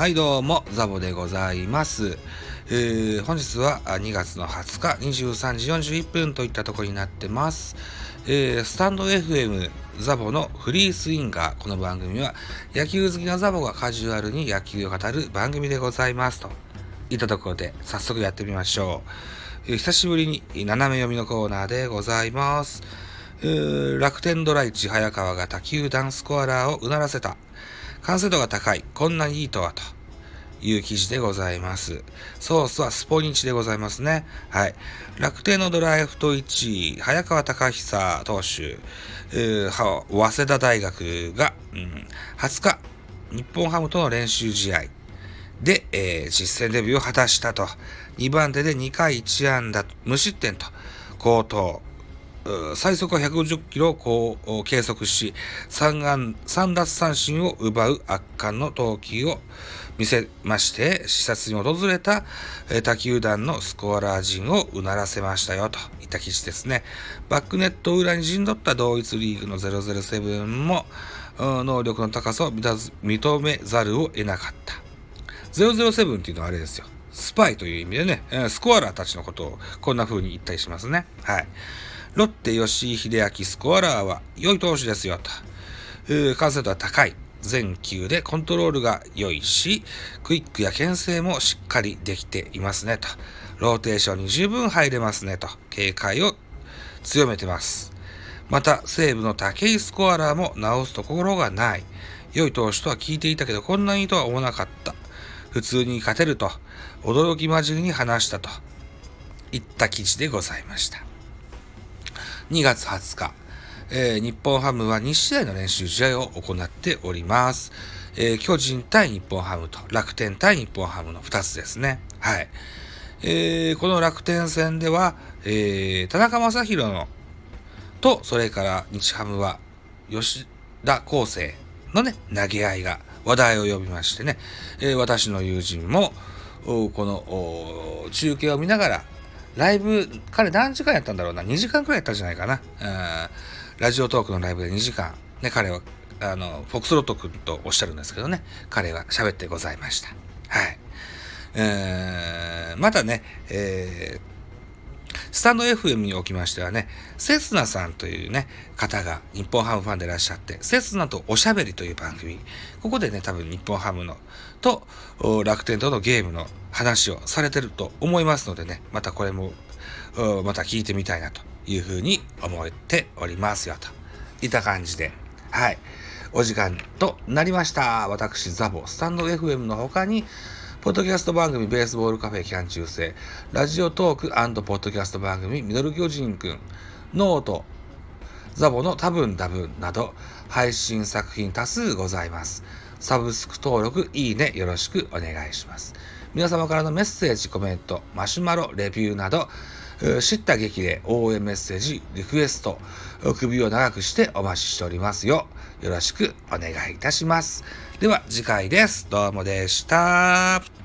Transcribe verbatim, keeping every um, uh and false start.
はいどうも、ザボでございます。えー、本日はにがつのはつかにじゅうさんじよんじゅういっぷんといったところになってます。えー、スタンド エフエム ザボのフリースインガー。この番組は野球好きなザボがカジュアルに野球を語る番組でございますといったところで早速やってみましょう。えー、久しぶりに斜め読みのコーナーでございます。えー、楽天ドライチ早川が他球団スコアラーをうならせた。完成度が高い。こんなにいいとはという記事でございます。ソースはスポニチでございますね。はい。楽天のドラフトいちい、早川隆久投手、えー、早稲田大学が、うん、はつか、日本ハムとの練習試合で、えー、実戦デビューを果たしたと。にばん手でにかいいちあんだ、無失点と、好投。最速はひゃくごじゅっキロを計測し、3安、さん奪三振を奪う圧巻の投球を見せまして、視察に訪れた他球団のスコアラー陣をうならせましたよ、といった記事ですね。バックネット裏に陣取った同一リーグのゼロゼロセブンも、能力の高さを認めざるを得なかった。ゼロゼロセブンっていうのはあれですよ。スパイという意味でね、スコアラーたちのことをこんな風に言ったりしますね。はい。ロッテ吉井秀明スコアラーは良い投手ですよと。完成度は高い。全球でコントロールが良いし、クイックや牽制もしっかりできていますねと。ローテーションに十分入れますねと。警戒を強めてます。また、西武の武井スコアラーも直すところがない。良い投手とは聞いていたけど、こんなにとは思わなかった。普通に勝てると、驚きまじりに話したといった記事でございました。にがつはつか、えー、日本ハムはにしあいの練習試合を行っております。えー、巨人対日本ハムと楽天対日本ハムのふたつですね。はい。えー、この楽天戦では、えー、田中将大のと、それから日ハムは吉田康生のね、投げ合いが話題を呼びましてね、えー、私の友人も、この中継を見ながら、ライブ、彼何時間やったんだろうな、にじかんくらいやったんじゃないかな。ラジオトークのライブでにじかん、ね、彼は、あの、フォックスロット君とおっしゃるんですけどね、彼は喋ってございました。はい。えー、またね、えー、スタンド エフエム におきましてはね、セスナさんというね、方が日本ハムファンでいらっしゃって、セスナとおしゃべりという番組、ここでね、多分日本ハムのと楽天とのゲームの話をされてると思いますのでね、またこれも、また聞いてみたいなというふうに思っておりますよ、といった感じで、はい、お時間となりました。私、ザボ、スタンド エフエム の他に、ポッドキャスト番組ベースボールカフェ期間中制、ラジオトーク&ポッドキャスト番組ミドル巨人くん、ノート、ザボの多分多分など配信作品多数ございます。サブスク登録、いいねよろしくお願いします。皆様からのメッセージ、コメント、マシュマロ、レビューなど、知った激励、応援メッセージ、リクエスト、首を長くしてお待ちしておりますよ。よろしくお願いいたします。では次回です。どうもでした。